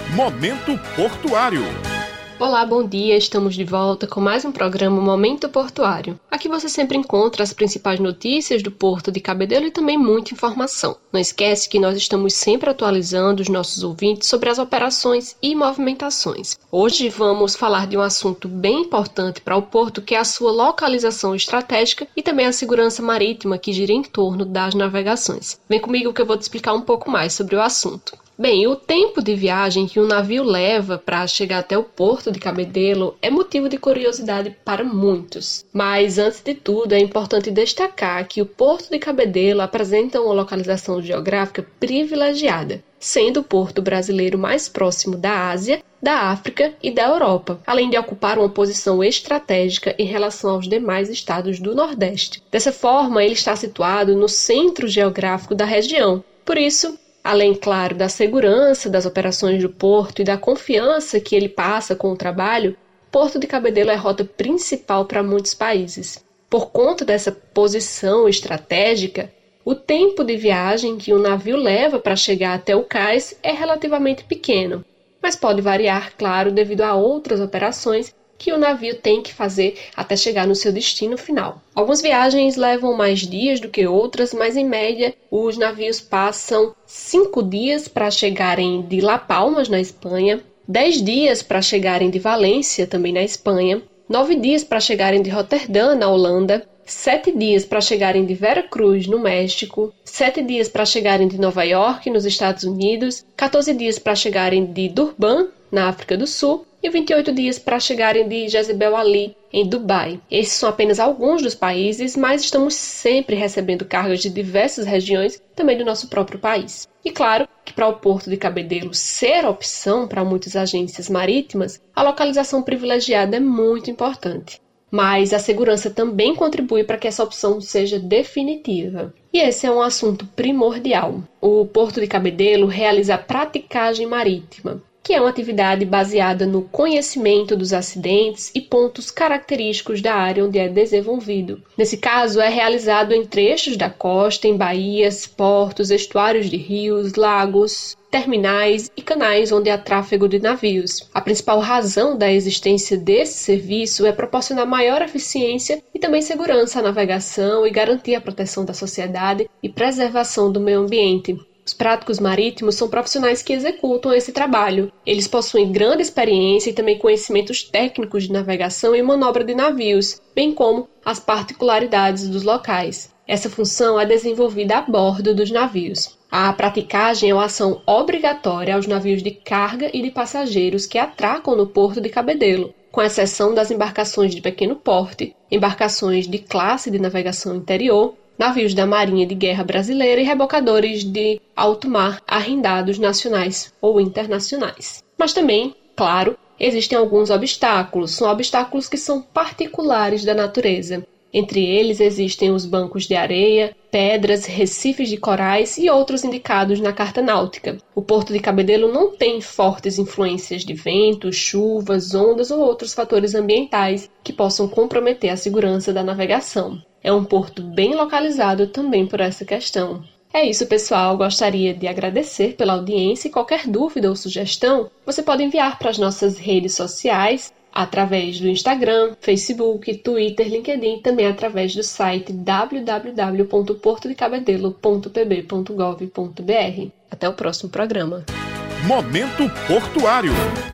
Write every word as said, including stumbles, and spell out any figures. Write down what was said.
Momento Portuário. Olá, bom dia, estamos de volta com mais um programa Momento Portuário. Aqui você sempre encontra as principais notícias do Porto de Cabedelo e também muita informação. Não esquece que nós estamos sempre atualizando os nossos ouvintes sobre as operações e movimentações. Hoje vamos falar de um assunto bem importante para o Porto, que é a sua localização estratégica e também a segurança marítima que gira em torno das navegações. Vem comigo que eu vou te explicar um pouco mais sobre o assunto. Bem, o tempo de viagem que um navio leva para chegar até o Porto de Cabedelo é motivo de curiosidade para muitos. Mas, antes de tudo, é importante destacar que o Porto de Cabedelo apresenta uma localização geográfica privilegiada, sendo o porto brasileiro mais próximo da Ásia, da África e da Europa, além de ocupar uma posição estratégica em relação aos demais estados do Nordeste. Dessa forma, ele está situado no centro geográfico da região. Por isso, além, claro, da segurança das operações do porto e da confiança que ele passa com o trabalho, Porto de Cabedelo é rota principal para muitos países. Por conta dessa posição estratégica, o tempo de viagem que um navio leva para chegar até o cais é relativamente pequeno, mas pode variar, claro, devido a outras operações que o navio tem que fazer até chegar no seu destino final. Algumas viagens levam mais dias do que outras, mas em média os navios passam cinco dias para chegarem de La Palmas, na Espanha, dez dias para chegarem de Valência, também na Espanha, nove dias para chegarem de Roterdã, na Holanda, sete dias para chegarem de Veracruz, no México, sete dias para chegarem de Nova York, nos Estados Unidos, quatorze dias para chegarem de Durban, na África do Sul, e vinte e oito dias para chegarem de Jezebel Ali, em Dubai. Esses são apenas alguns dos países, mas estamos sempre recebendo cargas de diversas regiões, também do nosso próprio país. E claro que para o Porto de Cabedelo ser opção para muitas agências marítimas, a localização privilegiada é muito importante. Mas a segurança também contribui para que essa opção seja definitiva. E esse é um assunto primordial. O Porto de Cabedelo realiza a praticagem marítima, que é uma atividade baseada no conhecimento dos acidentes e pontos característicos da área onde é desenvolvido. Nesse caso, é realizado em trechos da costa, em baías, portos, estuários de rios, lagos, terminais e canais onde há tráfego de navios. A principal razão da existência desse serviço é proporcionar maior eficiência e também segurança à navegação e garantir a proteção da sociedade e preservação do meio ambiente. Os práticos marítimos são profissionais que executam esse trabalho. Eles possuem grande experiência e também conhecimentos técnicos de navegação e manobra de navios, bem como as particularidades dos locais. Essa função é desenvolvida a bordo dos navios. A praticagem é uma ação obrigatória aos navios de carga e de passageiros que atracam no Porto de Cabedelo, com exceção das embarcações de pequeno porte, embarcações de classe de navegação interior, navios da Marinha de Guerra Brasileira e rebocadores de alto mar arrendados nacionais ou internacionais. Mas também, claro, existem alguns obstáculos. São obstáculos que são particulares da natureza. Entre eles existem os bancos de areia, pedras, recifes de corais e outros indicados na Carta Náutica. O Porto de Cabedelo não tem fortes influências de vento, chuvas, ondas ou outros fatores ambientais que possam comprometer a segurança da navegação. É um porto bem localizado também por essa questão. É isso, pessoal. Gostaria de agradecer pela audiência e qualquer dúvida ou sugestão, você pode enviar para as nossas redes sociais, através do Instagram, Facebook, Twitter, LinkedIn e também através do site w w w ponto porto de cabedelo ponto p b ponto gov ponto b r. Até o próximo programa. Momento Portuário.